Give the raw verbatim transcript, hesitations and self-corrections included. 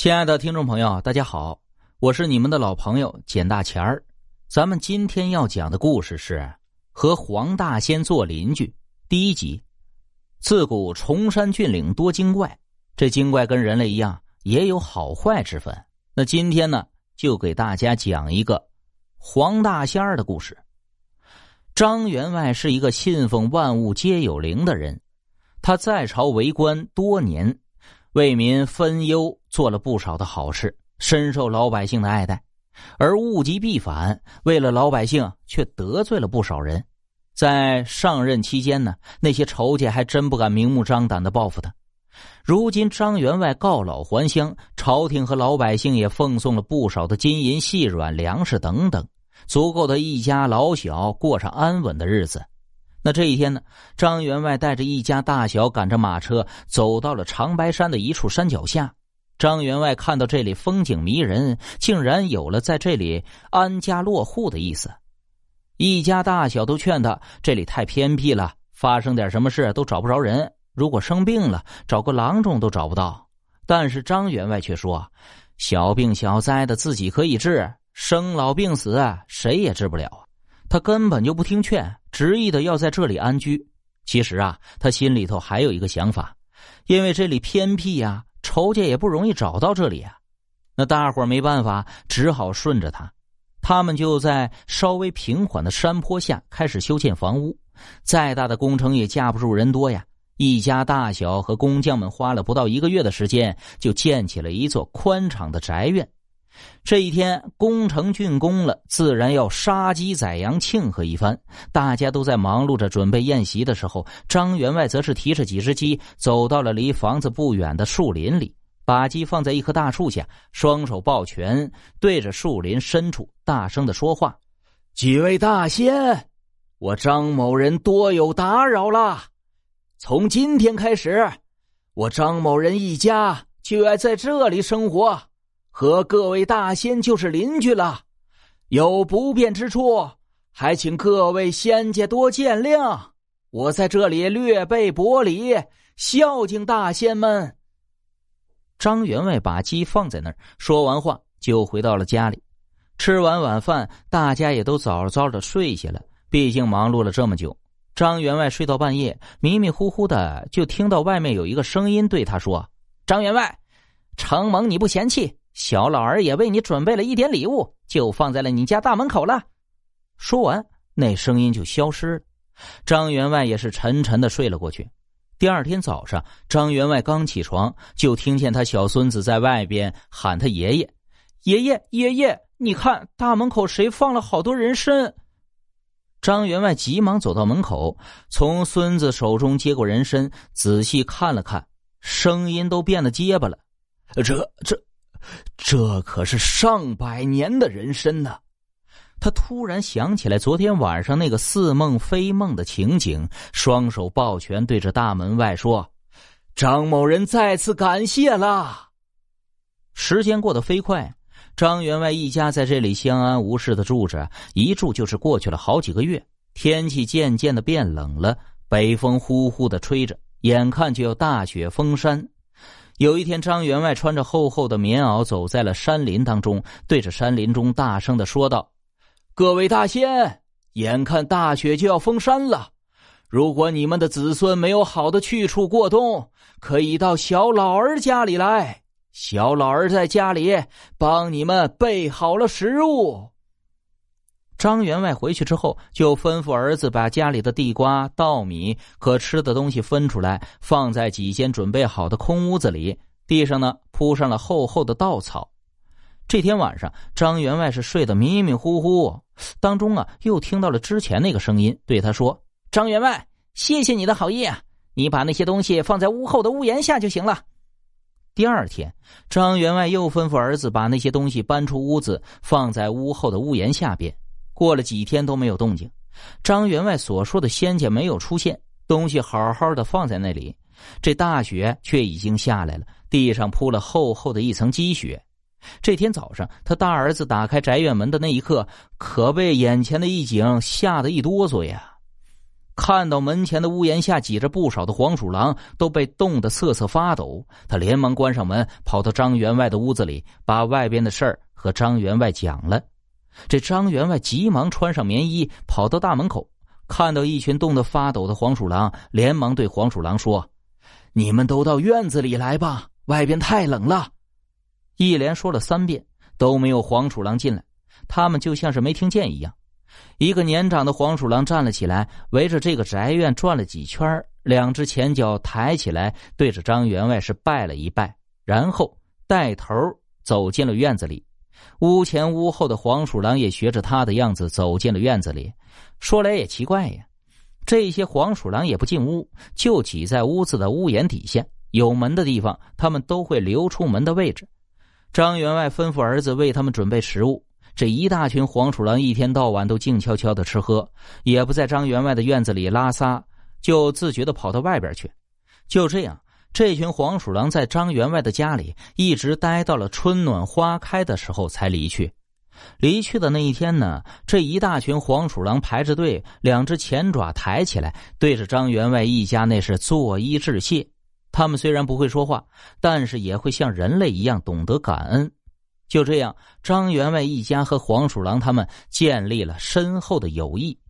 亲爱的听众朋友，大家好，我是你们的老朋友简大钱儿。咱们今天要讲的故事是和黄大仙做邻居第一集。自古崇山峻岭多精怪，这精怪跟人类一样也有好坏之分。那今天呢，就给大家讲一个黄大仙儿的故事。张员外是一个信奉万物皆有灵的人，他在朝为官多年，为民分忧，做了不少的好事，深受老百姓的爱戴。而物极必反，为了老百姓却得罪了不少人。在上任期间呢，那些仇家还真不敢明目张胆地报复他。如今张员外告老还乡，朝廷和老百姓也奉送了不少的金银细软、粮食等等，足够的一家老小过上安稳的日子。那这一天呢，张员外带着一家大小赶着马车走到了长白山的一处山脚下。张员外看到这里风景迷人，竟然有了在这里安家落户的意思。一家大小都劝他，这里太偏僻了，发生点什么事都找不着人，如果生病了找个郎中都找不到。但是张员外却说，小病小灾的自己可以治，生老病死谁也治不了。他根本就不听劝，执意的要在这里安居。其实啊，他心里头还有一个想法，因为这里偏僻呀、啊，仇家也不容易找到这里啊。那大伙儿没办法，只好顺着他。他们就在稍微平缓的山坡下开始修建房屋。再大的工程也架不住人多呀，一家大小和工匠们花了不到一个月的时间，就建起了一座宽敞的宅院。这一天工程竣工了，自然要杀鸡宰羊庆贺一番。大家都在忙碌着准备宴席的时候，张员外则是提着几只鸡走到了离房子不远的树林里，把鸡放在一棵大树下，双手抱拳，对着树林深处大声地说话：几位大仙，我张某人多有打扰了。从今天开始，我张某人一家就要在这里生活，和各位大仙就是邻居了。有不便之处，还请各位仙家多见谅。我在这里略备薄礼，孝敬大仙们。张员外把鸡放在那儿，说完话就回到了家里。吃完晚饭，大家也都早早的睡下了，毕竟忙碌了这么久。张员外睡到半夜，迷迷糊糊的就听到外面有一个声音对他说：张员外，承蒙你不嫌弃，小老儿也为你准备了一点礼物，就放在了你家大门口了。说完，那声音就消失了。张员外也是沉沉的睡了过去。第二天早上，张员外刚起床，就听见他小孙子在外边喊他爷爷：爷爷爷爷，你看大门口谁放了好多人参。张员外急忙走到门口，从孙子手中接过人参，仔细看了看，声音都变得结巴了。这这这可是上百年的人参呢！他突然想起来昨天晚上那个似梦非梦的情景，双手抱拳对着大门外说：张某人再次感谢了。时间过得飞快，张员外一家在这里相安无事的住着，一住就是过去了好几个月。天气渐渐的变冷了，北风呼呼的吹着，眼看就要大雪封山。有一天，张员外穿着厚厚的棉袄走在了山林当中，对着山林中大声的说道：各位大仙，眼看大雪就要封山了，如果你们的子孙没有好的去处过冬，可以到小老儿家里来，小老儿在家里帮你们备好了食物。张员外回去之后，就吩咐儿子把家里的地瓜、稻米可吃的东西分出来，放在几间准备好的空屋子里，地上呢铺上了厚厚的稻草。这天晚上，张员外是睡得迷迷糊糊，当中啊又听到了之前那个声音，对他说：张员外，谢谢你的好意啊，你把那些东西放在屋后的屋檐下就行了。第二天，张员外又吩咐儿子把那些东西搬出屋子，放在屋后的屋檐下边。过了几天都没有动静，张员外所说的仙家没有出现，东西好好的放在那里，这大雪却已经下来了，地上铺了厚厚的一层积雪。这天早上，他大儿子打开宅院门的那一刻，可被眼前的一景吓得一哆嗦呀。 看到门前的屋檐下挤着不少的黄鼠狼，都被冻得瑟瑟发抖。他连忙关上门，跑到张员外的屋子里，把外边的事儿和张员外讲了。这张员外急忙穿上棉衣，跑到大门口，看到一群冻得发抖的黄鼠狼，连忙对黄鼠狼说：“你们都到院子里来吧，外边太冷了。”一连说了三遍，都没有黄鼠狼进来，他们就像是没听见一样。一个年长的黄鼠狼站了起来，围着这个宅院转了几圈，两只前脚抬起来，对着张员外是拜了一拜，然后带头走进了院子里。屋前屋后的黄鼠狼也学着他的样子走进了院子里。说来也奇怪呀，这些黄鼠狼也不进屋，就挤在屋子的屋檐底下，有门的地方他们都会留出门的位置。张员外吩咐儿子为他们准备食物。这一大群黄鼠狼一天到晚都静悄悄的吃喝，也不在张员外的院子里拉撒，就自觉的跑到外边去。就这样，这群黄鼠狼在张员外的家里一直待到了春暖花开的时候才离去。离去的那一天呢，这一大群黄鼠狼排着队，两只前爪抬起来，对着张员外一家那是作揖致谢。他们虽然不会说话，但是也会像人类一样懂得感恩。就这样，张员外一家和黄鼠狼他们建立了深厚的友谊。